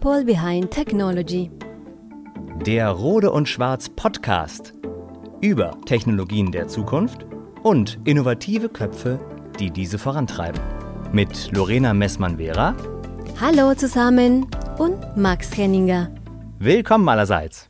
People Behind Technology. Der Rode und Schwarz Podcast über Technologien der Zukunft und innovative Köpfe, die diese vorantreiben. Mit Lorena Messmann-Vera. Hallo zusammen und Max Henninger. Willkommen allerseits.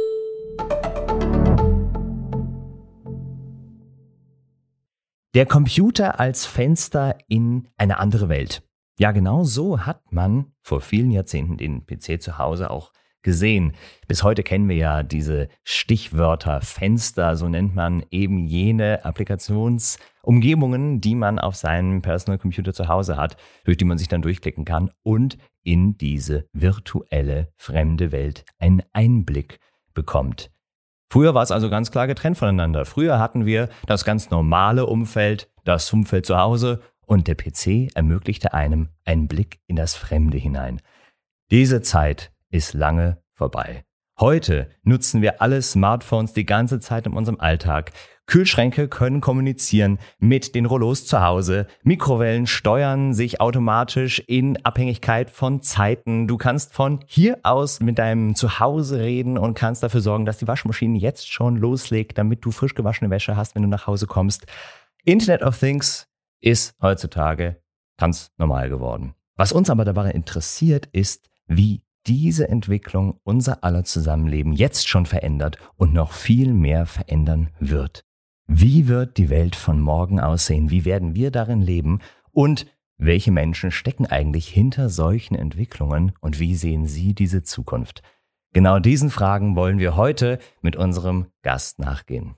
Der Computer als Fenster in eine andere Welt. Ja, genau so hat man vor vielen Jahrzehnten den PC zu Hause auch gesehen. Bis heute kennen wir ja diese Stichwörter Fenster, so nennt man eben jene Applikationsumgebungen, die man auf seinem Personal Computer zu Hause hat, durch die man sich dann durchklicken kann und in diese virtuelle fremde Welt einen Einblick bekommt. Früher war es also ganz klar getrennt voneinander. Früher hatten wir das ganz normale Umfeld, das Umfeld zu Hause, und der PC ermöglichte einem einen Blick in das Fremde hinein. Diese Zeit ist lange vorbei. Heute nutzen wir alle Smartphones die ganze Zeit in unserem Alltag. Kühlschränke können kommunizieren mit den Rollos zu Hause. Mikrowellen steuern sich automatisch in Abhängigkeit von Zeiten. Du kannst von hier aus mit deinem Zuhause reden und kannst dafür sorgen, dass die Waschmaschine jetzt schon loslegt, damit du frisch gewaschene Wäsche hast, wenn du nach Hause kommst. Internet of Things ist heutzutage ganz normal geworden. Was uns aber dabei interessiert, ist, wie diese Entwicklung unser aller Zusammenleben jetzt schon verändert und noch viel mehr verändern wird. Wie wird die Welt von morgen aussehen? Wie werden wir darin leben? Und welche Menschen stecken eigentlich hinter solchen Entwicklungen und wie sehen sie diese Zukunft? Genau diesen Fragen wollen wir heute mit unserem Gast nachgehen.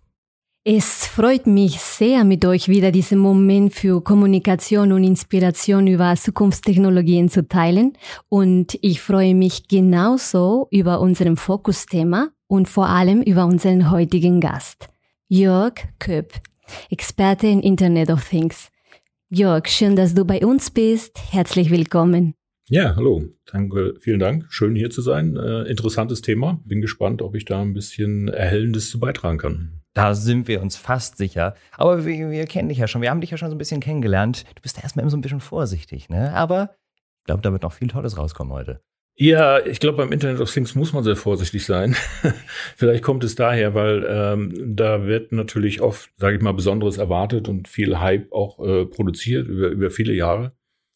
Es freut mich sehr, mit euch wieder diesen Moment für Kommunikation und Inspiration über Zukunftstechnologien zu teilen. Und ich freue mich genauso über unser Fokusthema und vor allem über unseren heutigen Gast, Jörg Köpp, Experte in Internet of Things. Jörg, schön, dass du bei uns bist. Herzlich willkommen. Ja, hallo. Danke, vielen Dank. Schön hier zu sein. Interessantes Thema. Bin gespannt, ob ich da ein bisschen Erhellendes zu beitragen kann. Da sind wir uns fast sicher. Aber wir kennen dich ja schon. Wir haben dich ja schon so ein bisschen kennengelernt. Du bist ja erstmal immer so ein bisschen vorsichtig, ne? Aber ich glaube, da wird noch viel Tolles rauskommen heute. Ja, ich glaube, beim Internet of Things muss man sehr vorsichtig sein. Vielleicht kommt es daher, weil da wird natürlich oft, sage ich mal, Besonderes erwartet und viel Hype auch produziert über viele Jahre.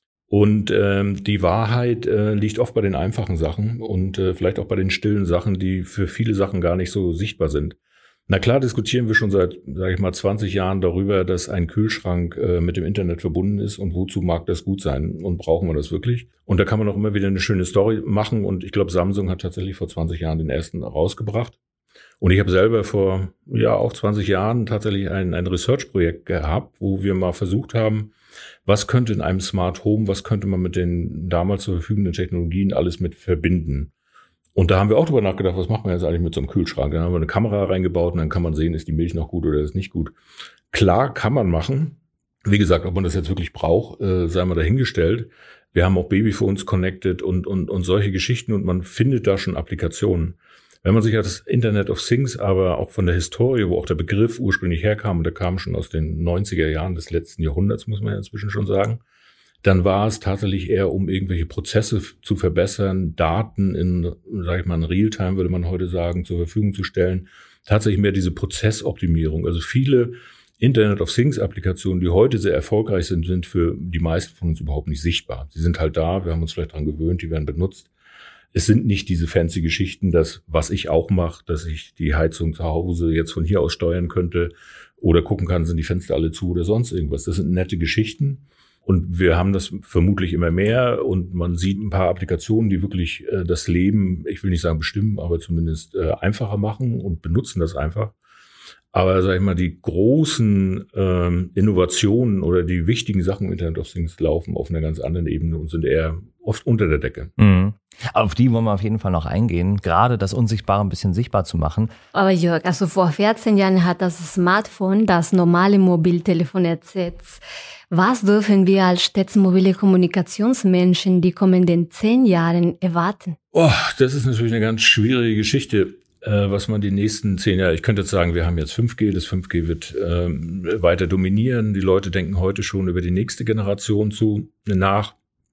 Und die Wahrheit liegt oft bei den einfachen Sachen und vielleicht auch bei den stillen Sachen, die für viele Sachen gar nicht so sichtbar sind. Na klar diskutieren wir schon seit, sage ich mal, 20 Jahren darüber, dass ein Kühlschrank mit dem Internet verbunden ist und wozu mag das gut sein und brauchen wir das wirklich? Und da kann man auch immer wieder eine schöne Story machen und ich glaube, Samsung hat tatsächlich vor 20 Jahren den ersten rausgebracht. Und ich habe selber vor auch 20 Jahren tatsächlich ein Research-Projekt gehabt, wo wir mal versucht haben, was könnte in einem Smart Home, was könnte man mit den damals zur verfügenden Technologien alles mit verbinden? Und da haben wir auch drüber nachgedacht, was machen wir jetzt eigentlich mit so einem Kühlschrank? Dann haben wir eine Kamera reingebaut und dann kann man sehen, ist die Milch noch gut oder ist nicht gut. Klar kann man machen. Wie gesagt, ob man das jetzt wirklich braucht, sei mal dahingestellt. Wir haben auch Babyphones connected und solche Geschichten und man findet da schon Applikationen. Wenn man sich das Internet of Things aber auch von der Historie, wo auch der Begriff ursprünglich herkam, und der kam schon aus den 90er Jahren des letzten Jahrhunderts, muss man ja inzwischen schon sagen, dann war es tatsächlich eher, um irgendwelche Prozesse zu verbessern, Daten in, sage ich mal, in Realtime, würde man heute sagen, zur Verfügung zu stellen. Tatsächlich mehr diese Prozessoptimierung. Also viele Internet of Things Applikationen, die heute sehr erfolgreich sind, sind für die meisten von uns überhaupt nicht sichtbar. Sie sind halt da, wir haben uns vielleicht daran gewöhnt, die werden benutzt. Es sind nicht diese fancy Geschichten, dass, was ich auch mache, dass ich die Heizung zu Hause jetzt von hier aus steuern könnte oder gucken kann, sind die Fenster alle zu oder sonst irgendwas. Das sind nette Geschichten. Und wir haben das vermutlich immer mehr und man sieht ein paar Applikationen, die wirklich das Leben, ich will nicht sagen bestimmen, aber zumindest einfacher machen und benutzen das einfach. Aber sag ich mal, die großen Innovationen oder die wichtigen Sachen im Internet of Things laufen auf einer ganz anderen Ebene und sind eher oft unter der Decke. Mhm. Auf die wollen wir auf jeden Fall noch eingehen, gerade das Unsichtbare ein bisschen sichtbar zu machen. Aber Jörg, also vor 14 Jahren hat das Smartphone das normale Mobiltelefon ersetzt. Was dürfen wir als stets mobile Kommunikationsmenschen die kommenden 10 Jahren erwarten? Das ist natürlich eine ganz schwierige Geschichte, was man die nächsten 10 Jahre, ich könnte jetzt sagen, wir haben jetzt 5G, das 5G wird weiter dominieren. Die Leute denken heute schon über die nächste Generation nach.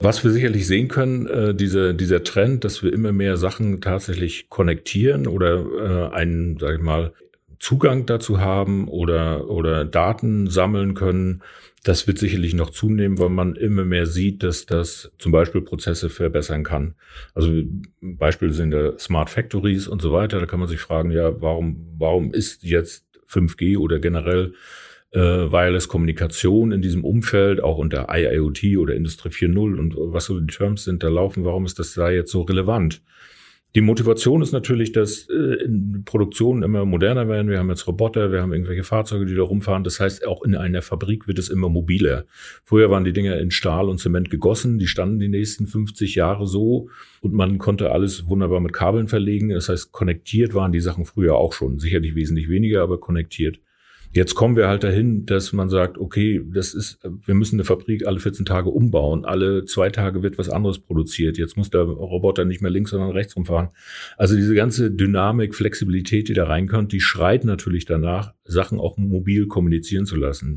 Was wir sicherlich sehen können, dieser Trend, dass wir immer mehr Sachen tatsächlich konnektieren oder einen, sage ich mal, Zugang dazu haben oder Daten sammeln können, das wird sicherlich noch zunehmen, weil man immer mehr sieht, dass das zum Beispiel Prozesse verbessern kann. Also Beispiele sind ja Smart Factories und so weiter. Da kann man sich fragen, ja, warum ist jetzt 5G oder generell Wireless-Kommunikation in diesem Umfeld, auch unter IIoT oder Industrie 4.0 und was so die Terms sind, da laufen, warum ist das da jetzt so relevant? Die Motivation ist natürlich, dass Produktionen immer moderner werden. Wir haben jetzt Roboter, wir haben irgendwelche Fahrzeuge, die da rumfahren. Das heißt, auch in einer Fabrik wird es immer mobiler. Früher waren die Dinger in Stahl und Zement gegossen. Die standen die nächsten 50 Jahre so und man konnte alles wunderbar mit Kabeln verlegen. Das heißt, konnektiert waren die Sachen früher auch schon. Sicherlich wesentlich weniger, aber konnektiert. Jetzt kommen wir halt dahin, dass man sagt, okay, wir müssen eine Fabrik alle 14 Tage umbauen. Alle 2 Tage wird was anderes produziert. Jetzt muss der Roboter nicht mehr links, sondern rechts rumfahren. Also diese ganze Dynamik, Flexibilität, die da reinkommt, die schreit natürlich danach, Sachen auch mobil kommunizieren zu lassen.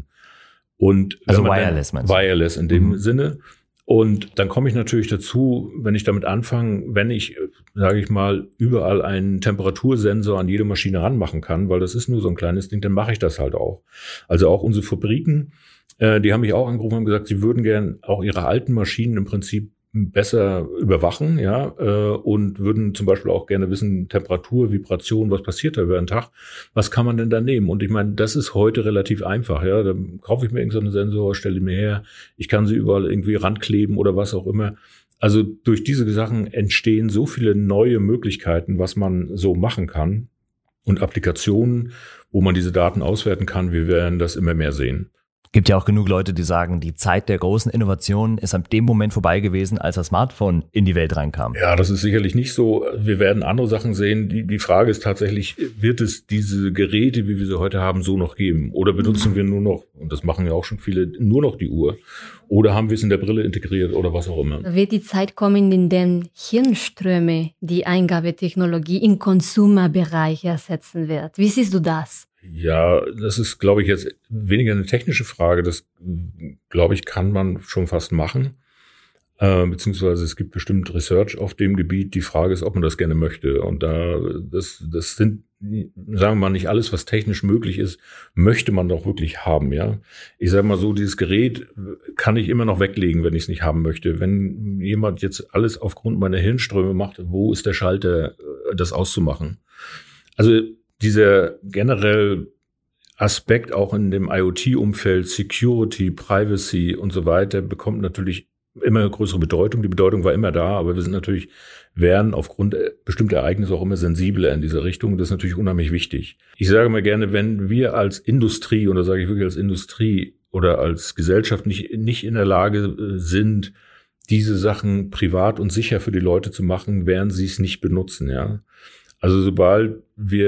Und also wireless, meinst du? Wireless in dem Sinne. Und dann komme ich natürlich dazu, wenn ich damit anfange, wenn ich, sage ich mal, überall einen Temperatursensor an jede Maschine ranmachen kann, weil das ist nur so ein kleines Ding, dann mache ich das halt auch. Also auch unsere Fabriken, die haben mich auch angerufen und gesagt, sie würden gern auch ihre alten Maschinen im Prinzip besser überwachen, ja, und würden zum Beispiel auch gerne wissen, Temperatur, Vibration, was passiert da über den Tag, was kann man denn da nehmen? Und ich meine, das ist heute relativ einfach, ja, da kaufe ich mir irgendeinen Sensor, stelle ihn mir her, ich kann sie überall irgendwie rankleben oder was auch immer. Also durch diese Sachen entstehen so viele neue Möglichkeiten, was man so machen kann und Applikationen, wo man diese Daten auswerten kann, wir werden das immer mehr sehen. Gibt ja auch genug Leute, die sagen, die Zeit der großen Innovationen ist ab dem Moment vorbei gewesen, als das Smartphone in die Welt reinkam. Ja, das ist sicherlich nicht so. Wir werden andere Sachen sehen. Die Frage ist tatsächlich, wird es diese Geräte, wie wir sie heute haben, so noch geben? Oder benutzen wir nur noch, und das machen ja auch schon viele, nur noch die Uhr? Oder haben wir es in der Brille integriert oder was auch immer? Wird die Zeit kommen, in der Hirnströme die Eingabetechnologie im Consumer-Bereich ersetzen wird? Wie siehst du das? Ja, das ist, glaube ich, jetzt weniger eine technische Frage. Das, glaube ich, kann man schon fast machen. Beziehungsweise es gibt bestimmt Research auf dem Gebiet. Die Frage ist, ob man das gerne möchte. Und das sind, sagen wir mal, nicht alles, was technisch möglich ist, möchte man doch wirklich haben, ja. Ich sage mal so, dieses Gerät kann ich immer noch weglegen, wenn ich es nicht haben möchte. Wenn jemand jetzt alles aufgrund meiner Hirnströme macht, wo ist der Schalter, das auszumachen? Also dieser generell Aspekt auch in dem IoT-Umfeld, Security, Privacy und so weiter, bekommt natürlich immer größere Bedeutung. Die Bedeutung war immer da, aber wir sind natürlich, werden aufgrund bestimmter Ereignisse auch immer sensibler in dieser Richtung. Das ist natürlich unheimlich wichtig. Ich sage mal gerne, wenn wir als Industrie, und da sage ich wirklich als Industrie oder als Gesellschaft nicht in der Lage sind, diese Sachen privat und sicher für die Leute zu machen, werden sie es nicht benutzen, ja. Also sobald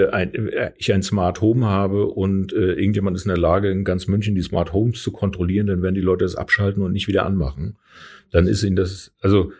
ich ein Smart Home habe und irgendjemand ist in der Lage, in ganz München die Smart Homes zu kontrollieren, dann werden die Leute das abschalten und nicht wieder anmachen. Dann ist ihnen das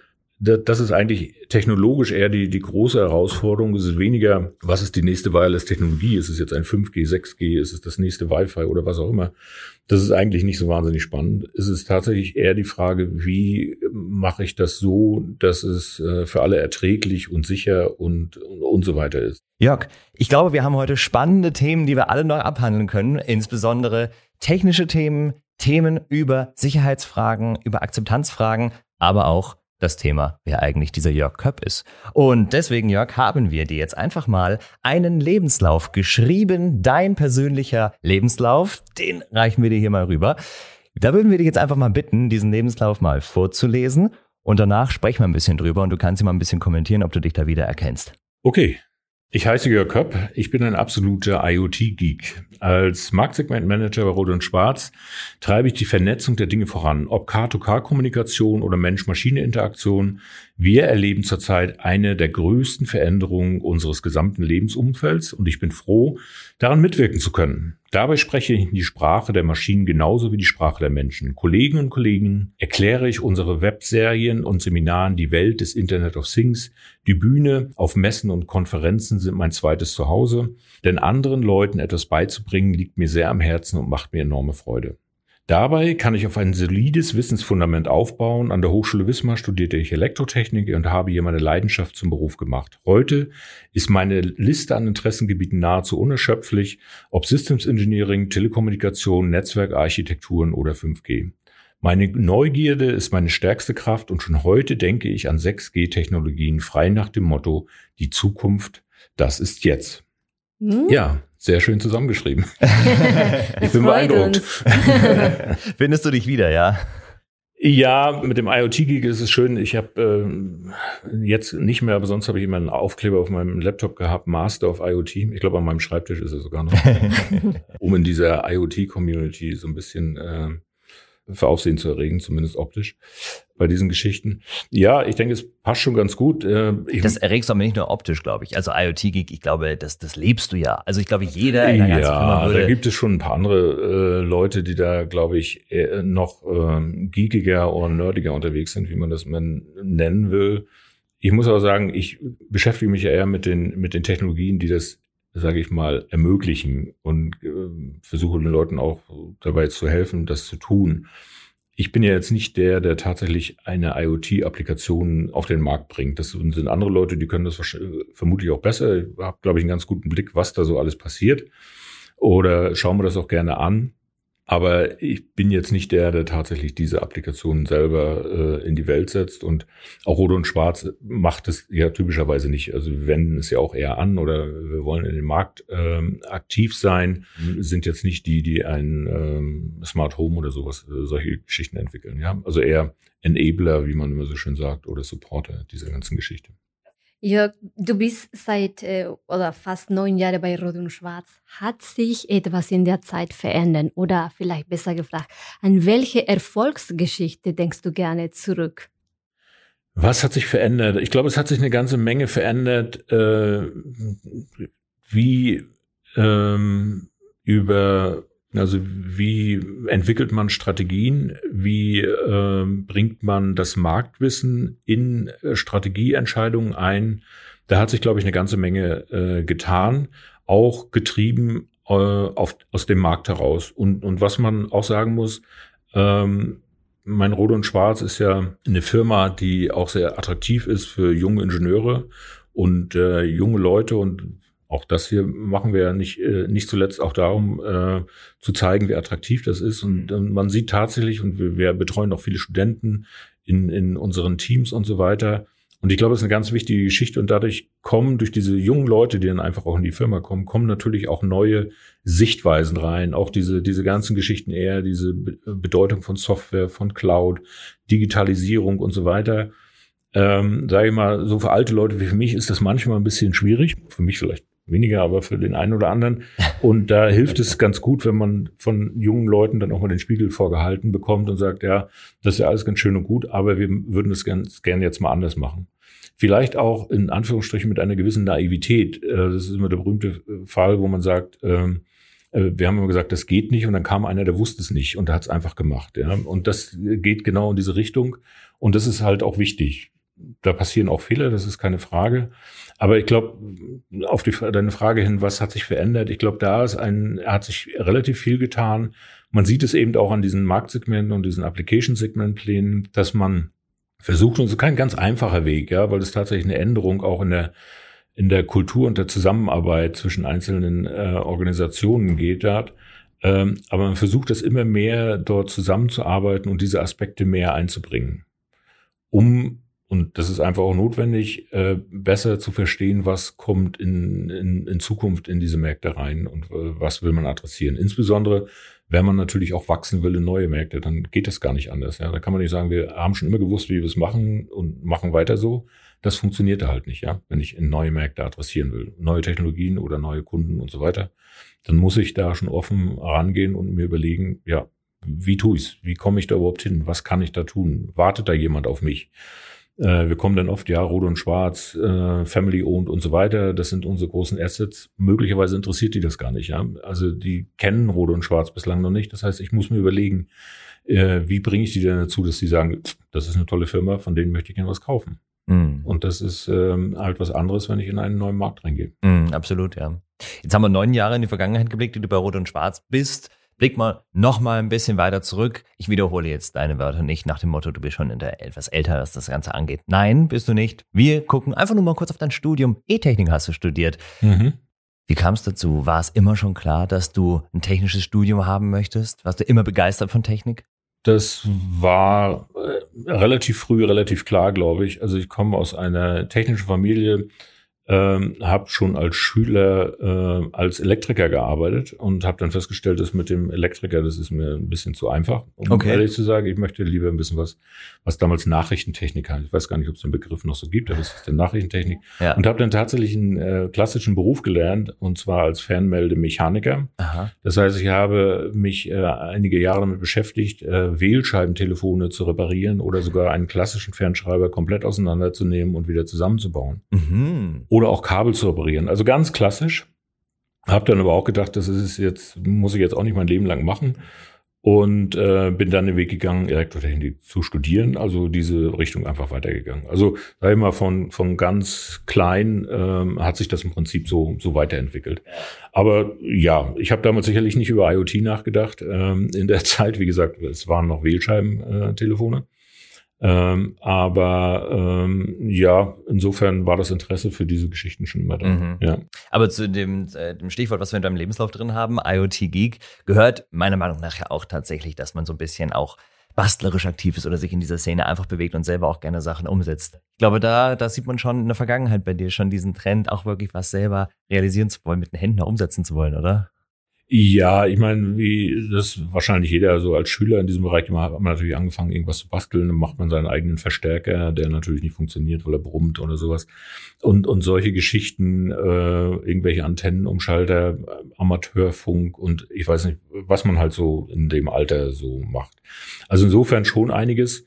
ist eigentlich technologisch eher die große Herausforderung. Es ist weniger, was ist die nächste Wireless-Technologie? Ist es jetzt ein 5G, 6G? Ist es das nächste Wi-Fi oder was auch immer? Das ist eigentlich nicht so wahnsinnig spannend. Es ist tatsächlich eher die Frage, wie mache ich das so, dass es für alle erträglich und sicher und so weiter ist. Jörg, ich glaube, wir haben heute spannende Themen, die wir alle noch abhandeln können, insbesondere technische Themen, Themen über Sicherheitsfragen, über Akzeptanzfragen, aber auch das Thema, wer eigentlich dieser Jörg Köpp ist. Und deswegen, Jörg, haben wir dir jetzt einfach mal einen Lebenslauf geschrieben. Dein persönlicher Lebenslauf, den reichen wir dir hier mal rüber. Da würden wir dich jetzt einfach mal bitten, diesen Lebenslauf mal vorzulesen. Und danach sprechen wir ein bisschen drüber und du kannst mal ein bisschen kommentieren, ob du dich da wieder erkennst. Okay. Ich heiße Jörg Köpp, ich bin ein absoluter IoT-Geek. Als Marktsegmentmanager bei Rohde & Schwarz treibe ich die Vernetzung der Dinge voran, ob Car-to-Car-Kommunikation oder Mensch-Maschine-Interaktion. Wir erleben zurzeit eine der größten Veränderungen unseres gesamten Lebensumfelds und ich bin froh, daran mitwirken zu können. Dabei spreche ich die Sprache der Maschinen genauso wie die Sprache der Menschen. Kolleginnen und Kollegen, erkläre ich unsere Webserien und Seminaren die Welt des Internet of Things. Die Bühne auf Messen und Konferenzen sind mein zweites Zuhause, denn anderen Leuten etwas beizubringen liegt mir sehr am Herzen und macht mir enorme Freude. Dabei kann ich auf ein solides Wissensfundament aufbauen. An der Hochschule Wismar studierte ich Elektrotechnik und habe hier meine Leidenschaft zum Beruf gemacht. Heute ist meine Liste an Interessengebieten nahezu unerschöpflich, ob Systems Engineering, Telekommunikation, Netzwerkarchitekturen oder 5G. Meine Neugierde ist meine stärkste Kraft und schon heute denke ich an 6G-Technologien frei nach dem Motto, die Zukunft, das ist jetzt. Ja, sehr schön zusammengeschrieben. Ich bin beeindruckt. Findest du dich wieder, ja? Ja, mit dem IoT-Gig ist es schön. Ich habe jetzt nicht mehr, aber sonst habe ich immer einen Aufkleber auf meinem Laptop gehabt, Master of IoT. Ich glaube, an meinem Schreibtisch ist er sogar noch. Um in dieser IoT-Community so ein bisschen für Aufsehen zu erregen, zumindest optisch, bei diesen Geschichten. Ja, ich denke, es passt schon ganz gut. Das erregst du aber nicht nur optisch, glaube ich. Also IoT-Geek, ich glaube, das lebst du ja. Also ich glaube, jeder in der ganzen Firma würde... Ja, da gibt es schon ein paar andere Leute, die da, glaube ich, noch geekiger oder nerdiger unterwegs sind, wie man das nennen will. Ich muss aber sagen, ich beschäftige mich ja eher mit den Technologien, die das, sage ich mal, ermöglichen und versuche den Leuten auch dabei zu helfen, das zu tun. Ich bin ja jetzt nicht der tatsächlich eine IoT-Applikation auf den Markt bringt. Das sind andere Leute, die können das vermutlich auch besser. Ich habe, glaube ich, einen ganz guten Blick, was da so alles passiert. Oder schauen wir das auch gerne an. Aber ich bin jetzt nicht der tatsächlich diese Applikation selber in die Welt setzt. Und auch Rot und Schwarz macht es ja typischerweise nicht. Also wir wenden es ja auch eher an oder wir wollen in dem Markt aktiv sein. Sind jetzt nicht die ein Smart Home oder sowas, solche Geschichten entwickeln. Ja, also eher Enabler, wie man immer so schön sagt, oder Supporter dieser ganzen Geschichte. Jörg, du bist seit oder fast 9 Jahre bei Rot und Schwarz. Hat sich etwas in der Zeit verändert? Oder vielleicht besser gefragt, an welche Erfolgsgeschichte denkst du gerne zurück? Was hat sich verändert? Ich glaube, es hat sich eine ganze Menge verändert, wie entwickelt man Strategien? Wie bringt man das Marktwissen in Strategieentscheidungen ein? Da hat sich, glaube ich, eine ganze Menge getan, auch getrieben aus dem Markt heraus. Und was man auch sagen muss, mein Rot und Schwarz ist ja eine Firma, die auch sehr attraktiv ist für junge Ingenieure und junge Leute und auch das hier machen wir ja nicht zuletzt auch darum, zu zeigen, wie attraktiv das ist. Und man sieht tatsächlich, und wir betreuen auch viele Studenten in unseren Teams und so weiter. Und ich glaube, das ist eine ganz wichtige Geschichte. Und dadurch durch diese jungen Leute, die dann einfach auch in die Firma kommen natürlich auch neue Sichtweisen rein. Auch diese ganzen Geschichten eher, diese Bedeutung von Software, von Cloud, Digitalisierung und so weiter. Sage ich mal, so für alte Leute wie für mich ist das manchmal ein bisschen schwierig. Für mich vielleicht weniger, aber für den einen oder anderen. Und da hilft es ganz gut, wenn man von jungen Leuten dann auch mal den Spiegel vorgehalten bekommt und sagt, ja, das ist ja alles ganz schön und gut, aber wir würden das ganz gerne jetzt mal anders machen. Vielleicht auch in Anführungsstrichen mit einer gewissen Naivität. Das ist immer der berühmte Fall, wo man sagt, wir haben immer gesagt, das geht nicht und dann kam einer, der wusste es nicht und der hat es einfach gemacht. Ja? Und das geht genau in diese Richtung und das ist halt auch wichtig. Da passieren auch Fehler, das ist keine Frage. Aber ich glaube, auf deine Frage hin, was hat sich verändert? Ich glaube, hat sich relativ viel getan. Man sieht es eben auch an diesen Marktsegmenten und diesen Application-Segment-Plänen, dass man versucht, und es ist kein ganz einfacher Weg, ja, weil es tatsächlich eine Änderung auch in der Kultur und der Zusammenarbeit zwischen einzelnen Organisationen geht hat. Aber man versucht, das immer mehr dort zusammenzuarbeiten und diese Aspekte mehr einzubringen, und das ist einfach auch notwendig, besser zu verstehen, was kommt in Zukunft in diese Märkte rein und was will man adressieren. Insbesondere, wenn man natürlich auch wachsen will in neue Märkte, dann geht das gar nicht anders. Ja? Da kann man nicht sagen, wir haben schon immer gewusst, wie wir es machen und machen weiter so. Das funktioniert halt nicht, ja, wenn ich in neue Märkte adressieren will. Neue Technologien oder neue Kunden und so weiter. Dann muss ich da schon offen rangehen und mir überlegen, ja, wie tue ich's? Wie komme ich da überhaupt hin? Was kann ich da tun? Wartet da jemand auf mich? Wir kommen dann oft, ja, Rot und Schwarz, Family owned und so weiter. Das sind unsere großen Assets. Möglicherweise interessiert die das gar nicht, ja. Also die kennen Rot und Schwarz bislang noch nicht. Das heißt, ich muss mir überlegen, wie bringe ich die denn dazu, dass die sagen, das ist eine tolle Firma, von denen möchte ich gerne was kaufen. Mhm. Und das ist halt was anderes, wenn ich in einen neuen Markt reingehe. Absolut, ja. Jetzt haben wir 9 Jahre in die Vergangenheit geblickt, die du bei Rot und Schwarz bist. Blick mal noch mal ein bisschen weiter zurück. Ich wiederhole jetzt deine Wörter nicht nach dem Motto, du bist schon etwas älter, was das Ganze angeht. Nein, bist du nicht. Wir gucken einfach nur mal kurz auf dein Studium. E-Technik hast du studiert. Wie kam es dazu? War es immer schon klar, dass du ein technisches Studium haben möchtest? Warst du immer begeistert von Technik? Das war relativ früh, relativ klar, glaube ich. Also ich komme aus einer technischen Familie, habe schon als Schüler als Elektriker gearbeitet und habe dann festgestellt, dass mit dem Elektriker, das ist mir ein bisschen zu einfach. Um ehrlich zu sagen, ich möchte lieber ein bisschen was damals Nachrichtentechnik heißt. Ich weiß gar nicht, ob es den Begriff noch so gibt, aber es ist die Nachrichtentechnik. Ja. Und habe dann tatsächlich einen klassischen Beruf gelernt, und zwar als Fernmeldemechaniker. Aha. Das heißt, ich habe mich einige Jahre damit beschäftigt, Wählscheibentelefone zu reparieren oder sogar einen klassischen Fernschreiber komplett auseinanderzunehmen und wieder zusammenzubauen. Oder auch Kabel zu reparieren. Also ganz klassisch. Habe dann aber auch gedacht, muss ich jetzt auch nicht mein Leben lang machen. Und bin dann den Weg gegangen, Elektrotechnik zu studieren. Also diese Richtung einfach weitergegangen. Also sag ich mal, von ganz klein hat sich das im Prinzip so weiterentwickelt. Aber ja, ich habe damals sicherlich nicht über IoT nachgedacht. In der Zeit, wie gesagt, es waren noch Wählscheibentelefone. Ja, insofern war das Interesse für diese Geschichten schon immer da. Ja. Aber zu dem Stichwort, was wir in deinem Lebenslauf drin haben, IoT-Geek, gehört meiner Meinung nach ja auch tatsächlich, dass man so ein bisschen auch bastlerisch aktiv ist oder sich in dieser Szene einfach bewegt und selber auch gerne Sachen umsetzt. Ich glaube, da sieht man schon in der Vergangenheit bei dir schon diesen Trend, auch wirklich was selber realisieren zu wollen, mit den Händen umsetzen zu wollen, oder? Ja, ich meine, wie das wahrscheinlich jeder so als Schüler in diesem Bereich immer hat man natürlich angefangen, irgendwas zu basteln, dann macht man seinen eigenen Verstärker, der natürlich nicht funktioniert, weil er brummt oder sowas. Und solche Geschichten, irgendwelche Antennenumschalter, Amateurfunk und ich weiß nicht, was man halt so in dem Alter so macht. Also insofern schon einiges.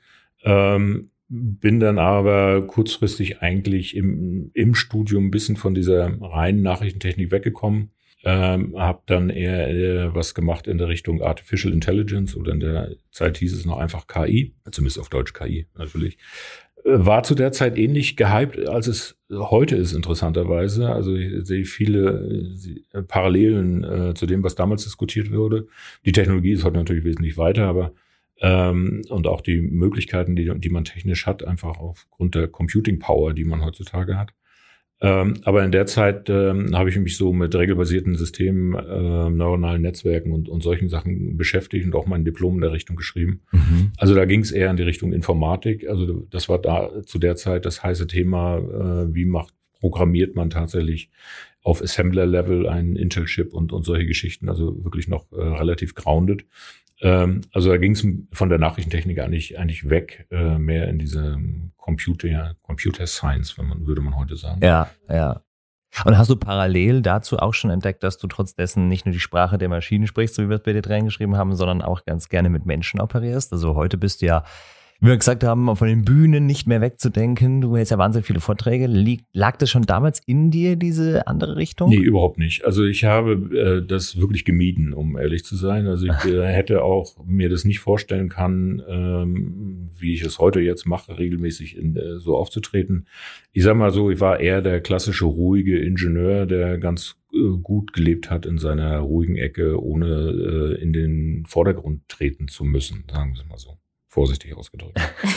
Bin dann aber kurzfristig eigentlich im Studium ein bisschen von dieser reinen Nachrichtentechnik weggekommen. Habe dann eher was gemacht in der Richtung Artificial Intelligence oder in der Zeit hieß es noch einfach KI, zumindest auf Deutsch KI natürlich. War zu der Zeit ähnlich gehypt, als es heute ist, interessanterweise. Also ich sehe viele Parallelen zu dem, was damals diskutiert wurde. Die Technologie ist heute natürlich wesentlich weiter, aber und auch die Möglichkeiten, die man technisch hat, einfach aufgrund der Computing Power, die man heutzutage hat. Aber in der Zeit habe ich mich so mit regelbasierten Systemen, neuronalen Netzwerken und solchen Sachen beschäftigt und auch mein Diplom in der Richtung geschrieben. Also da ging es eher in die Richtung Informatik. Also das war da zu der Zeit das heiße Thema, programmiert man tatsächlich auf Assembler-Level einen Intel-Chip und solche Geschichten, also wirklich noch relativ grounded. Also da ging es von der Nachrichtentechnik eigentlich weg, mehr in diese Computer Science, würde man heute sagen. Ja. Und hast du parallel dazu auch schon entdeckt, dass du trotz dessen nicht nur die Sprache der Maschinen sprichst, so wie wir es bei dir reingeschrieben haben, sondern auch ganz gerne mit Menschen operierst? Also heute bist du ja, wie wir gesagt haben, von den Bühnen nicht mehr wegzudenken. Du hältst ja wahnsinnig viele Vorträge. Lag das schon damals in dir, diese andere Richtung? Nee, überhaupt nicht. Also ich habe das wirklich gemieden, um ehrlich zu sein. Also ich hätte auch mir das nicht vorstellen können, wie ich es heute jetzt mache, regelmäßig so aufzutreten. Ich sag mal so, ich war eher der klassische ruhige Ingenieur, der ganz gut gelebt hat in seiner ruhigen Ecke, ohne in den Vordergrund treten zu müssen, sagen wir mal so. Vorsichtig ausgedrückt.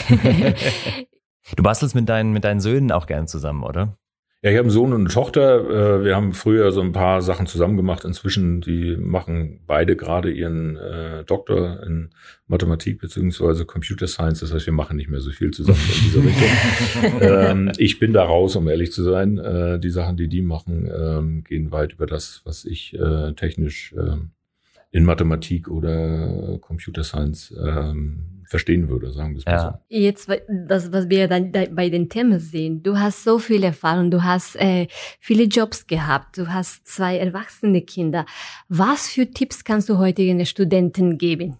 Du bastelst mit deinen Söhnen auch gern zusammen, oder? Ja, ich habe einen Sohn und eine Tochter. Wir haben früher so ein paar Sachen zusammen gemacht. Inzwischen, die machen beide gerade ihren Doktor in Mathematik beziehungsweise Computer Science. Das heißt, wir machen nicht mehr so viel zusammen in dieser Richtung. Ich bin da raus, um ehrlich zu sein. Die Sachen, die machen, gehen weit über das, was ich technisch in Mathematik oder Computer Science verstehen würde, sagen wir es mal so. Jetzt, das, was wir dann bei den Themen sehen, du hast so viel Erfahrung, du hast viele Jobs gehabt, du hast 2 erwachsene Kinder. Was für Tipps kannst du heutigen Studenten geben?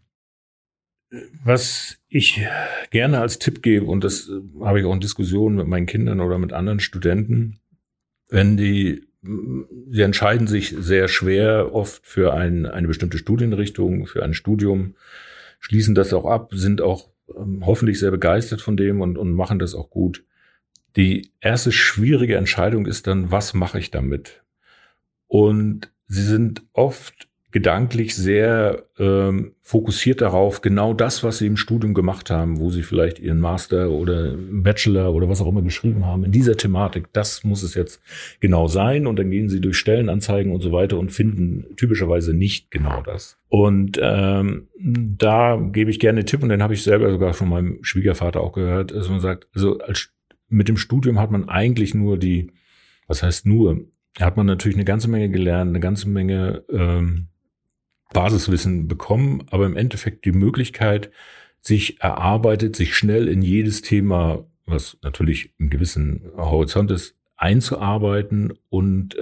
Was ich gerne als Tipp gebe, und das habe ich auch in Diskussionen mit meinen Kindern oder mit anderen Studenten, sie entscheiden sich sehr schwer oft für eine bestimmte Studienrichtung, für ein Studium, schließen das auch ab, sind auch hoffentlich sehr begeistert von dem und machen das auch gut. Die erste schwierige Entscheidung ist dann, was mache ich damit? Und sie sind oft gedanklich sehr fokussiert darauf, genau das, was sie im Studium gemacht haben, wo sie vielleicht ihren Master oder Bachelor oder was auch immer geschrieben haben, in dieser Thematik, das muss es jetzt genau sein. Und dann gehen sie durch Stellenanzeigen und so weiter und finden typischerweise nicht genau das. Und da gebe ich gerne einen Tipp, und den habe ich selber sogar von meinem Schwiegervater auch gehört, dass man sagt, also mit dem Studium hat man eigentlich nur hat man natürlich eine ganze Menge gelernt, eine ganze Menge Basiswissen bekommen, aber im Endeffekt die Möglichkeit, sich schnell in jedes Thema, was natürlich einen gewissen Horizont ist, einzuarbeiten und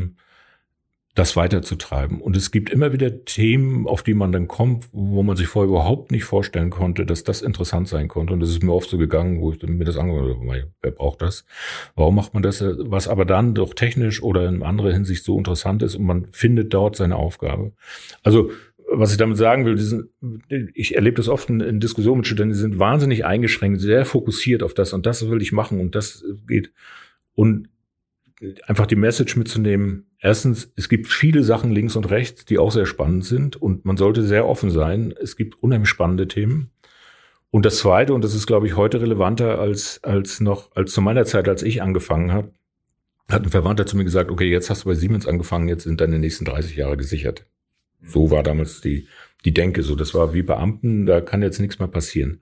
das weiterzutreiben. Und es gibt immer wieder Themen, auf die man dann kommt, wo man sich vorher überhaupt nicht vorstellen konnte, dass das interessant sein konnte. Und das ist mir oft so gegangen, wo ich mir das angehört habe, wer braucht das? Warum macht man das? Was aber dann doch technisch oder in anderer Hinsicht so interessant ist und man findet dort seine Aufgabe. Also, was ich damit sagen will, ich erlebe das oft in Diskussionen mit Studenten, die sind wahnsinnig eingeschränkt, sehr fokussiert auf das und das will ich machen und das geht. Und einfach die Message mitzunehmen. Erstens, es gibt viele Sachen links und rechts, die auch sehr spannend sind und man sollte sehr offen sein. Es gibt unheimlich spannende Themen. Und das Zweite, und das ist, glaube ich, heute relevanter als zu meiner Zeit, als ich angefangen habe, hat ein Verwandter zu mir gesagt, okay, jetzt hast du bei Siemens angefangen, jetzt sind deine nächsten 30 Jahre gesichert. So war damals die Denke so. Das war wie Beamten, da kann jetzt nichts mehr passieren.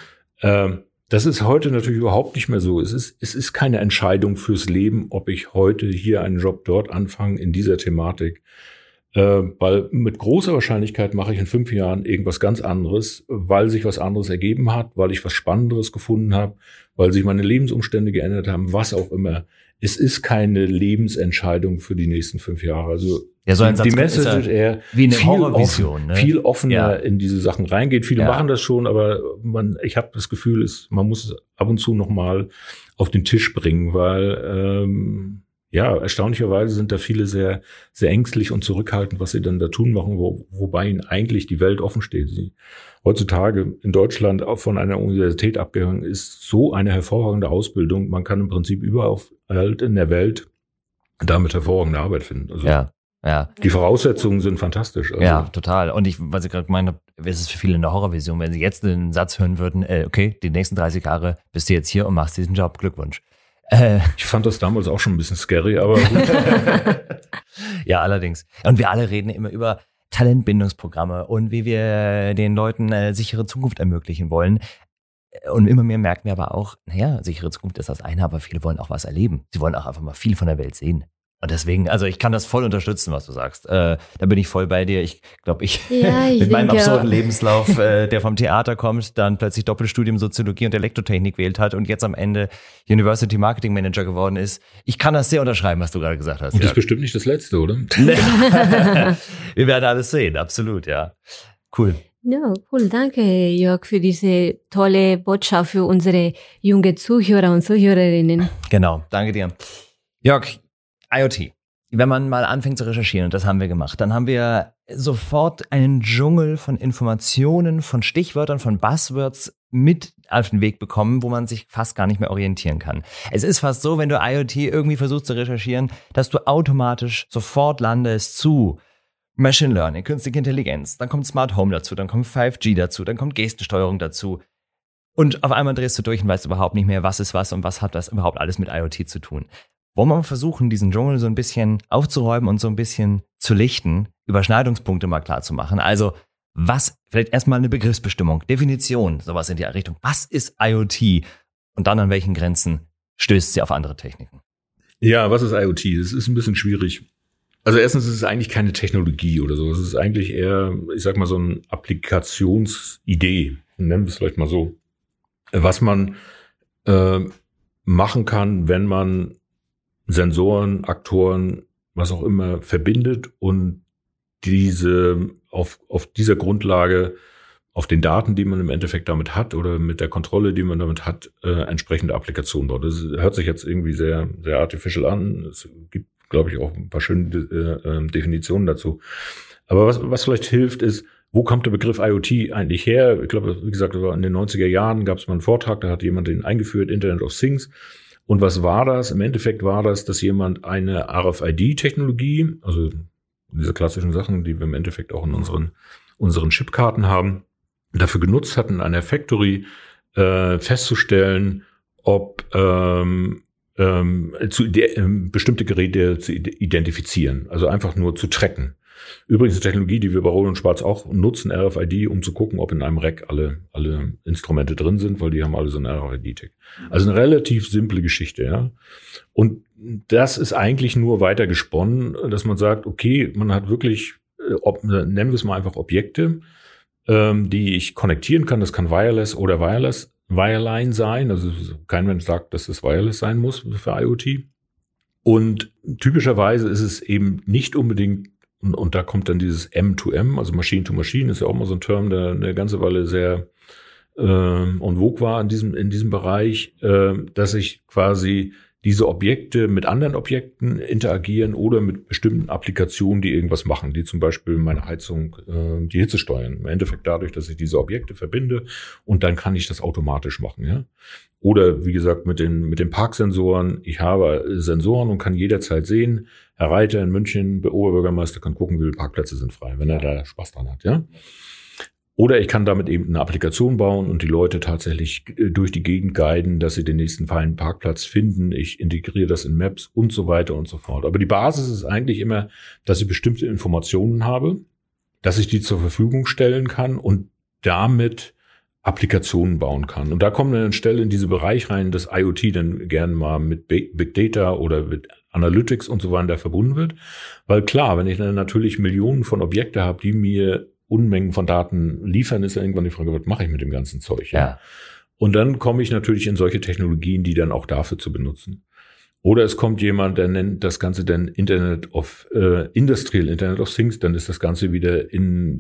Das ist heute natürlich überhaupt nicht mehr so. Es ist keine Entscheidung fürs Leben, ob ich heute hier einen Job dort anfange in dieser Thematik. Weil mit großer Wahrscheinlichkeit mache ich in 5 Jahren irgendwas ganz anderes, weil sich was anderes ergeben hat, weil ich was Spannenderes gefunden habe, weil sich meine Lebensumstände geändert haben, was auch immer. Es ist keine Lebensentscheidung für die nächsten 5 Jahre. Also ja, so ein die Message ist eher wie eine Horrorvision, ne? Viel offener in diese Sachen reingeht. Viele machen das schon, aber ich habe das Gefühl, man muss es ab und zu noch mal auf den Tisch bringen, weil erstaunlicherweise sind da viele sehr, sehr ängstlich und zurückhaltend, was sie dann da tun machen, wobei ihnen eigentlich die Welt offen steht. Sie heutzutage in Deutschland auch von einer Universität abgehangen ist, so eine hervorragende Ausbildung. Man kann im Prinzip überall in der Welt damit hervorragende Arbeit finden. Also die Voraussetzungen sind fantastisch. Also. Ja, total. Und was ich gerade gemeint habe, ist es für viele eine Horrorvision, wenn sie jetzt den Satz hören würden, okay, die nächsten 30 Jahre bist du jetzt hier und machst diesen Job. Glückwunsch. Ich fand das damals auch schon ein bisschen scary, aber gut. Ja, allerdings. Und wir alle reden immer über Talentbindungsprogramme und wie wir den Leuten eine sichere Zukunft ermöglichen wollen. Und immer mehr merken wir aber auch, sichere Zukunft ist das eine, aber viele wollen auch was erleben. Sie wollen auch einfach mal viel von der Welt sehen. Und deswegen, also ich kann das voll unterstützen, was du sagst. Da bin ich voll bei dir. Ich glaube, mit meinem absurden Lebenslauf, der vom Theater kommt, dann plötzlich Doppelstudium Soziologie und Elektrotechnik wählt hat und jetzt am Ende University Marketing Manager geworden ist. Ich kann das sehr unterschreiben, was du gerade gesagt hast. Und das ist bestimmt nicht das Letzte, oder? Wir werden alles sehen, absolut, ja. Cool. Ja, cool. Danke, Jörg, für diese tolle Botschaft für unsere junge Zuhörer und Zuhörerinnen. Genau, danke dir. Jörg, IoT. Wenn man mal anfängt zu recherchieren, und das haben wir gemacht, dann haben wir sofort einen Dschungel von Informationen, von Stichwörtern, von Buzzwords mit auf den Weg bekommen, wo man sich fast gar nicht mehr orientieren kann. Es ist fast so, wenn du IoT irgendwie versuchst zu recherchieren, dass du automatisch sofort landest zu Machine Learning, künstliche Intelligenz, dann kommt Smart Home dazu, dann kommt 5G dazu, dann kommt Gestensteuerung dazu. Und auf einmal drehst du durch und weißt überhaupt nicht mehr, was ist was und was hat das überhaupt alles mit IoT zu tun. Wollen wir mal versuchen, diesen Dschungel so ein bisschen aufzuräumen und so ein bisschen zu lichten, Überschneidungspunkte mal klar zu machen. Also vielleicht erstmal eine Begriffsbestimmung, Definition, sowas in die Richtung. Was ist IoT? Und dann an welchen Grenzen stößt sie auf andere Techniken? Ja, was ist IoT? Das ist ein bisschen schwierig. Also erstens ist es eigentlich keine Technologie oder so. Es ist eigentlich eher, ich sag mal, so eine Applikationsidee. Nennen wir es vielleicht mal so. Was man machen kann, wenn man Sensoren, Aktoren, was auch immer verbindet und diese auf dieser Grundlage, auf den Daten, die man im Endeffekt damit hat oder mit der Kontrolle, die man damit hat, entsprechende Applikationen dort. Das hört sich jetzt irgendwie sehr, sehr artificial an. Es gibt, glaube ich, auch ein paar schöne Definitionen dazu. Aber was vielleicht hilft, ist, wo kommt der Begriff IoT eigentlich her? Ich glaube, wie gesagt, in den 90er Jahren gab es mal einen Vortrag, da hat jemand den eingeführt, Internet of Things. Und was war das? Im Endeffekt war das, dass jemand eine RFID-Technologie, also diese klassischen Sachen, die wir im Endeffekt auch in unseren Chipkarten haben, dafür genutzt hat, in einer Factory festzustellen, ob bestimmte Geräte zu identifizieren, also einfach nur zu tracken. Übrigens eine Technologie, die wir bei Rohde & Schwarz auch nutzen, RFID, um zu gucken, ob in einem Rack alle Instrumente drin sind, weil die haben alle so einen RFID-Tag. Also eine relativ simple Geschichte, ja. Und das ist eigentlich nur weiter gesponnen, dass man sagt, okay, man hat wirklich, nennen wir es mal einfach Objekte, die ich konnektieren kann. Das kann Wireless oder Wireline sein. Also kein Mensch sagt, dass es Wireless sein muss für IoT. Und typischerweise ist es eben nicht unbedingt, und da kommt dann dieses M2M, also Machine to Machine, ist ja auch mal so ein Term, der eine ganze Weile sehr en vogue war in diesem Bereich, dass ich quasi diese Objekte mit anderen Objekten interagieren oder mit bestimmten Applikationen, die irgendwas machen, die zum Beispiel meine Heizung, die Hitze steuern. Im Endeffekt dadurch, dass ich diese Objekte verbinde und dann kann ich das automatisch machen, ja. Oder wie gesagt mit den Parksensoren. Ich habe Sensoren und kann jederzeit sehen, Herr Reiter in München, Oberbürgermeister, kann gucken, wie viele Parkplätze sind frei, wenn er da Spaß dran hat, ja. Oder ich kann damit eben eine Applikation bauen und die Leute tatsächlich durch die Gegend guiden, dass sie den nächsten freien Parkplatz finden. Ich integriere das in Maps und so weiter und so fort. Aber die Basis ist eigentlich immer, dass ich bestimmte Informationen habe, dass ich die zur Verfügung stellen kann und damit Applikationen bauen kann. Und da kommen wir dann schnell in diese Bereich rein, dass IoT dann gerne mal mit Big Data oder mit Analytics und so weiter verbunden wird. Weil klar, wenn ich dann natürlich Millionen von Objekten habe, die mir Unmengen von Daten liefern, ist ja irgendwann die Frage, was mache ich mit dem ganzen Zeug? Ja. Und dann komme ich natürlich in solche Technologien, die dann auch dafür zu benutzen. Oder es kommt jemand, der nennt das Ganze dann Industrial Internet of Things, dann ist das Ganze wieder in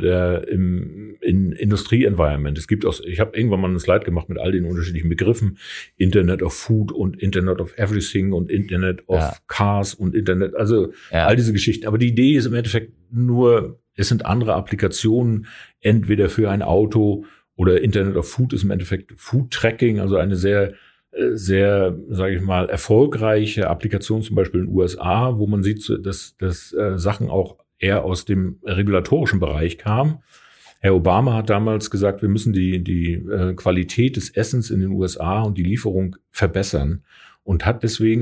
Industrie-Environment. Ich habe irgendwann mal eine Slide gemacht mit all den unterschiedlichen Begriffen, Internet of Food und Internet of Everything und Internet of Cars und Internet, also all diese Geschichten. Aber die Idee ist im Endeffekt nur, es sind andere Applikationen, entweder für ein Auto oder Internet of Food ist im Endeffekt Food Tracking, also eine sehr, sage ich mal, erfolgreiche Applikation, zum Beispiel in den USA, wo man sieht, dass Sachen auch eher aus dem regulatorischen Bereich kamen. Herr Obama hat damals gesagt, wir müssen die Qualität des Essens in den USA und die Lieferung verbessern und hat deswegen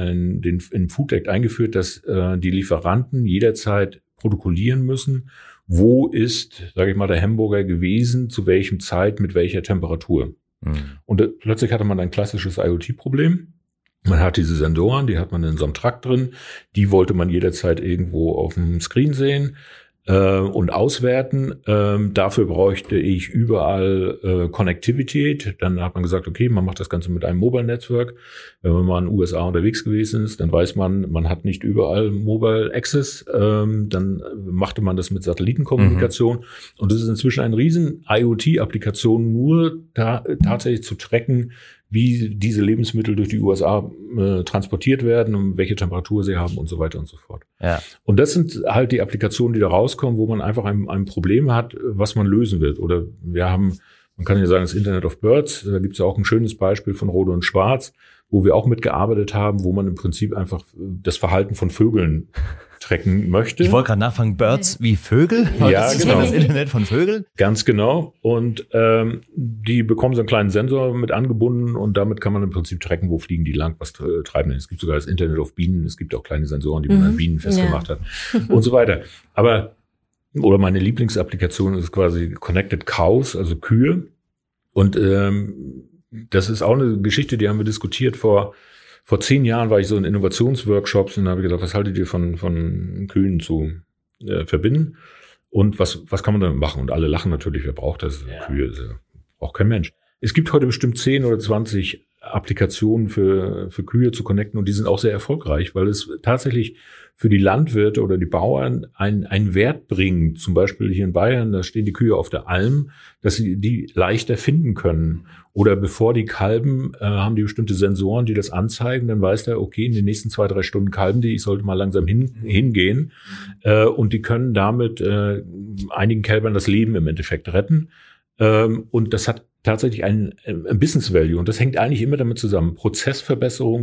den Food Act eingeführt, dass die Lieferanten jederzeit protokollieren müssen, wo ist, sage ich mal, der Hamburger gewesen, zu welchem Zeit, mit welcher Temperatur. Und plötzlich hatte man ein klassisches IoT-Problem. Man hat diese Sensoren, die hat man in so einem Truck drin, die wollte man jederzeit irgendwo auf dem Screen sehen und auswerten. Dafür bräuchte ich überall Connectivität. Dann hat man gesagt, okay, man macht das Ganze mit einem Mobile Network. Wenn man mal in den USA unterwegs gewesen ist, dann weiß man hat nicht überall Mobile Access. Dann machte man das mit Satellitenkommunikation. Und das ist inzwischen eine riesen IoT-Applikation, nur tatsächlich zu tracken, wie diese Lebensmittel durch die USA transportiert werden und welche Temperatur sie haben und so weiter und so fort. Ja. Und das sind halt die Applikationen, die da rauskommen, wo man einfach ein Problem hat, was man lösen wird. Oder man kann ja sagen, das Internet of Birds, da gibt es ja auch ein schönes Beispiel von Rohde & Schwarz, wo wir auch mitgearbeitet haben, wo man im Prinzip einfach das Verhalten von Vögeln tracken möchte. Ich wollte gerade nachfragen, Birds wie Vögel? Ja, genau. Das Internet von Vögeln? Ganz genau. Und die bekommen so einen kleinen Sensor mit angebunden und damit kann man im Prinzip tracken, wo fliegen die lang, was treiben die. Es gibt sogar das Internet of Bienen, es gibt auch kleine Sensoren, die man an Bienen festgemacht hat und so weiter. Oder meine Lieblingsapplikation ist quasi Connected Cows, also Kühe. Und das ist auch eine Geschichte, die haben wir diskutiert. Vor 10 Jahren war ich so in Innovationsworkshops und da habe ich gedacht, was haltet ihr von Kühen zu verbinden? Und was kann man damit machen? Und alle lachen natürlich, wer braucht das? Kühe braucht kein Mensch. Es gibt heute bestimmt 10 oder 20 Applikationen für Kühe zu connecten und die sind auch sehr erfolgreich, weil es tatsächlich für die Landwirte oder die Bauern einen Wert bringt. Zum Beispiel hier in Bayern, da stehen die Kühe auf der Alm, dass sie die leichter finden können. Oder bevor die kalben, haben die bestimmte Sensoren, die das anzeigen. Dann weiß der, okay, in den nächsten 2-3 Stunden kalben die, ich sollte mal langsam hingehen. Und die können damit einigen Kälbern das Leben im Endeffekt retten. Und das hat tatsächlich ein Business Value. Und das hängt eigentlich immer damit zusammen. Prozessverbesserung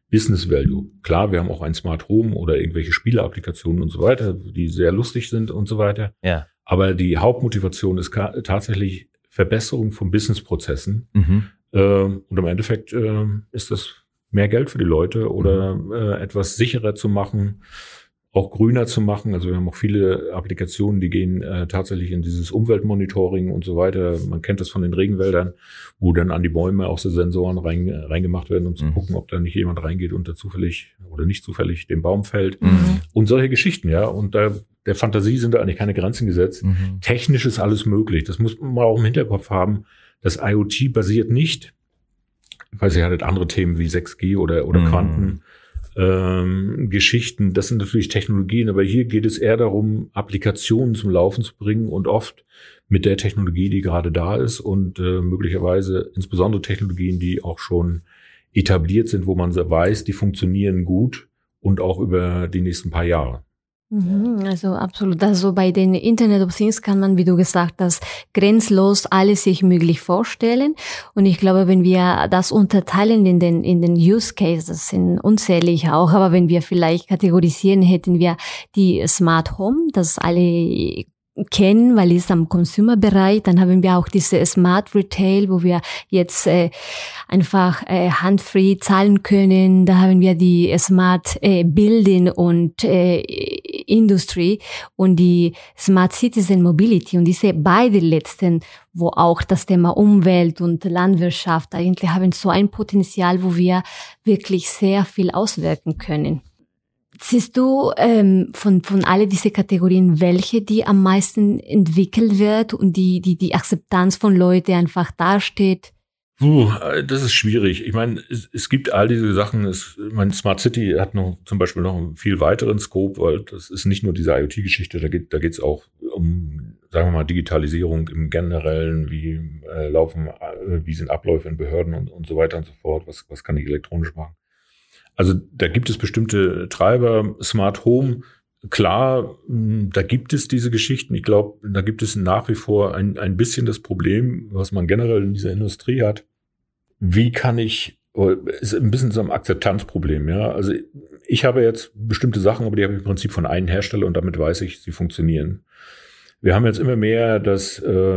Business Value. Klar, wir haben auch ein Smart Home oder irgendwelche Spieleapplikationen und so weiter, die sehr lustig sind und so weiter. Ja. Aber die Hauptmotivation ist tatsächlich Verbesserung von Businessprozessen. Und im Endeffekt ist das mehr Geld für die Leute oder etwas sicherer zu machen, auch grüner zu machen. Also wir haben auch viele Applikationen, die gehen tatsächlich in dieses Umweltmonitoring und so weiter. Man kennt das von den Regenwäldern, wo dann an die Bäume auch so Sensoren reingemacht werden, um zu gucken, ob da nicht jemand reingeht und da zufällig oder nicht zufällig den Baum fällt. Und solche Geschichten, ja. Und der Fantasie sind da eigentlich keine Grenzen gesetzt. Technisch ist alles möglich. Das muss man auch im Hinterkopf haben. Das IoT basiert nicht, weil ihr hattet andere Themen wie 6G oder Quanten. Geschichten, das sind natürlich Technologien, aber hier geht es eher darum, Applikationen zum Laufen zu bringen und oft mit der Technologie, die gerade da ist und möglicherweise insbesondere Technologien, die auch schon etabliert sind, wo man weiß, die funktionieren gut und auch über die nächsten paar Jahre. Also absolut. Also bei den Internet of Things kann man, wie du gesagt hast, grenzlos alles sich möglich vorstellen. Und ich glaube, wenn wir das unterteilen in den Use Cases, sind unzählig auch, aber wenn wir vielleicht kategorisieren, hätten wir die Smart Home, das alle kennen, weil es am Consumer-Bereich. Dann haben wir auch diese Smart Retail, wo wir jetzt einfach handfree zahlen können. Da haben wir die Smart Building und Industry und die Smart Citizen Mobility. Und diese beiden letzten, wo auch das Thema Umwelt und Landwirtschaft eigentlich haben so ein Potenzial, wo wir wirklich sehr viel auswirken können. Siehst du von alle diese Kategorien, welche die am meisten entwickelt wird und die Akzeptanz von Leuten einfach dasteht? Das ist schwierig. Ich meine, es gibt all diese Sachen. Smart City hat zum Beispiel noch einen viel weiteren Scope, weil das ist nicht nur diese IoT-Geschichte, da geht's auch um, sagen wir mal, Digitalisierung im Generellen, wie sind Abläufe in Behörden und so weiter und so fort, was kann ich elektronisch machen. Also da gibt es bestimmte Treiber, Smart Home, klar, da gibt es diese Geschichten. Ich glaube, da gibt es nach wie vor ein bisschen das Problem, was man generell in dieser Industrie hat. Wie kann ist ein bisschen so ein Akzeptanzproblem, ja. Also ich habe jetzt bestimmte Sachen, aber die habe ich im Prinzip von einem Hersteller und damit weiß ich, sie funktionieren. Wir haben jetzt immer mehr, dass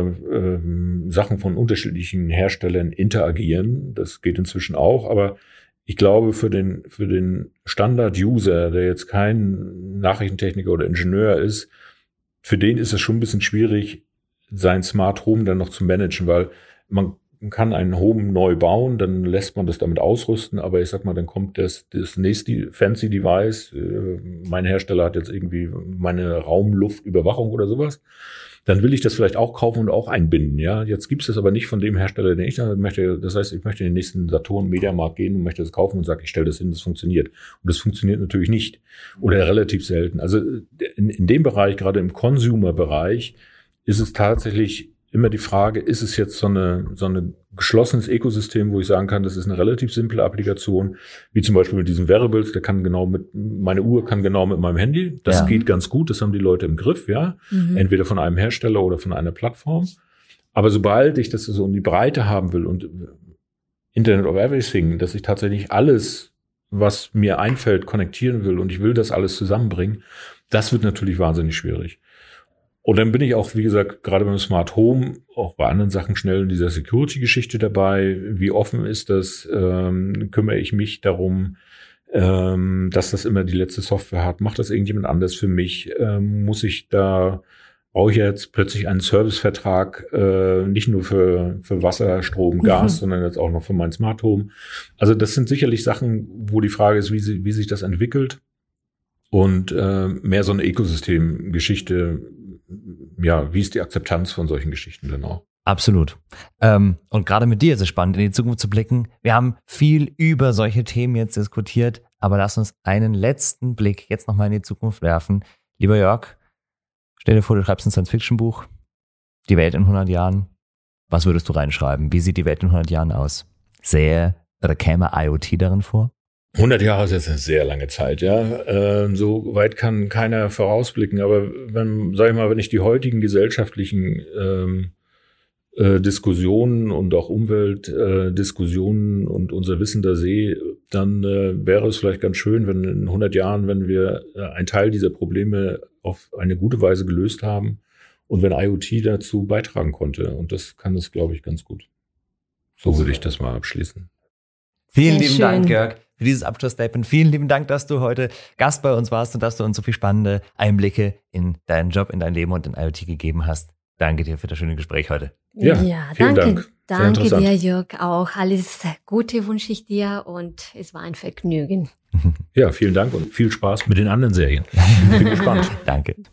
Sachen von unterschiedlichen Herstellern interagieren. Das geht inzwischen auch, aber ich glaube, für den Standard-User, der jetzt kein Nachrichtentechniker oder Ingenieur ist, für den ist es schon ein bisschen schwierig, sein Smart Home dann noch zu managen, weil man kann einen Home neu bauen, dann lässt man das damit ausrüsten, aber ich sag mal, dann kommt das nächste fancy Device, mein Hersteller hat jetzt irgendwie meine Raumluftüberwachung oder sowas, dann will ich das vielleicht auch kaufen und auch einbinden, ja. Jetzt gibt es das aber nicht von dem Hersteller, den ich da möchte. Das heißt, ich möchte in den nächsten Saturn-Mediamarkt gehen und möchte das kaufen und sage, ich stelle das hin, das funktioniert. Und das funktioniert natürlich nicht oder relativ selten. Also in dem Bereich, gerade im Consumer-Bereich, ist es tatsächlich immer die Frage, ist es jetzt so eine geschlossenes Ökosystem, wo ich sagen kann, das ist eine relativ simple Applikation, wie zum Beispiel mit diesen Wearables, meine Uhr kann genau mit meinem Handy, das geht ganz gut, das haben die Leute im Griff, ja, entweder von einem Hersteller oder von einer Plattform, aber sobald ich das so in die Breite haben will und Internet of Everything, dass ich tatsächlich alles, was mir einfällt, konnektieren will und ich will das alles zusammenbringen, das wird natürlich wahnsinnig schwierig. Und dann bin ich auch, wie gesagt, gerade beim Smart Home, auch bei anderen Sachen schnell in dieser Security-Geschichte dabei. Wie offen ist das? Kümmere ich mich darum, dass das immer die letzte Software hat? Macht das irgendjemand anders für mich? Brauche ich jetzt plötzlich einen Servicevertrag, nicht nur für Wasser, Strom, Gas, sondern jetzt auch noch für mein Smart Home? Also das sind sicherlich Sachen, wo die Frage ist, wie sich das entwickelt. Und mehr so eine Ökosystem-Geschichte, ja, wie ist die Akzeptanz von solchen Geschichten denn auch? Absolut. Und gerade mit dir ist es spannend, in die Zukunft zu blicken. Wir haben viel über solche Themen jetzt diskutiert, aber lass uns einen letzten Blick jetzt nochmal in die Zukunft werfen. Lieber Jörg, stell dir vor, du schreibst ein Science-Fiction-Buch, die Welt in 100 Jahren. Was würdest du reinschreiben? Wie sieht die Welt in 100 Jahren aus? Käme IoT darin vor? 100 Jahre ist jetzt eine sehr lange Zeit, ja. So weit kann keiner vorausblicken. Aber wenn ich die heutigen gesellschaftlichen Diskussionen und auch Umweltdiskussionen und unser Wissen da sehe, dann wäre es vielleicht ganz schön, wenn in 100 Jahren, wenn wir einen Teil dieser Probleme auf eine gute Weise gelöst haben und wenn IoT dazu beitragen konnte. Und das kann es, glaube ich, ganz gut. So würde ich das mal abschließen. Vielen lieben Dank, Jörg, für dieses Abschlussstatement. Vielen lieben Dank, dass du heute Gast bei uns warst und dass du uns so viel spannende Einblicke in deinen Job, in dein Leben und in IoT gegeben hast. Danke dir für das schöne Gespräch heute. Ja, vielen Dank. Danke dir, Jörg, auch. Alles Gute wünsche ich dir und es war ein Vergnügen. Ja, vielen Dank und viel Spaß mit den anderen Serien. Bin gespannt. Danke.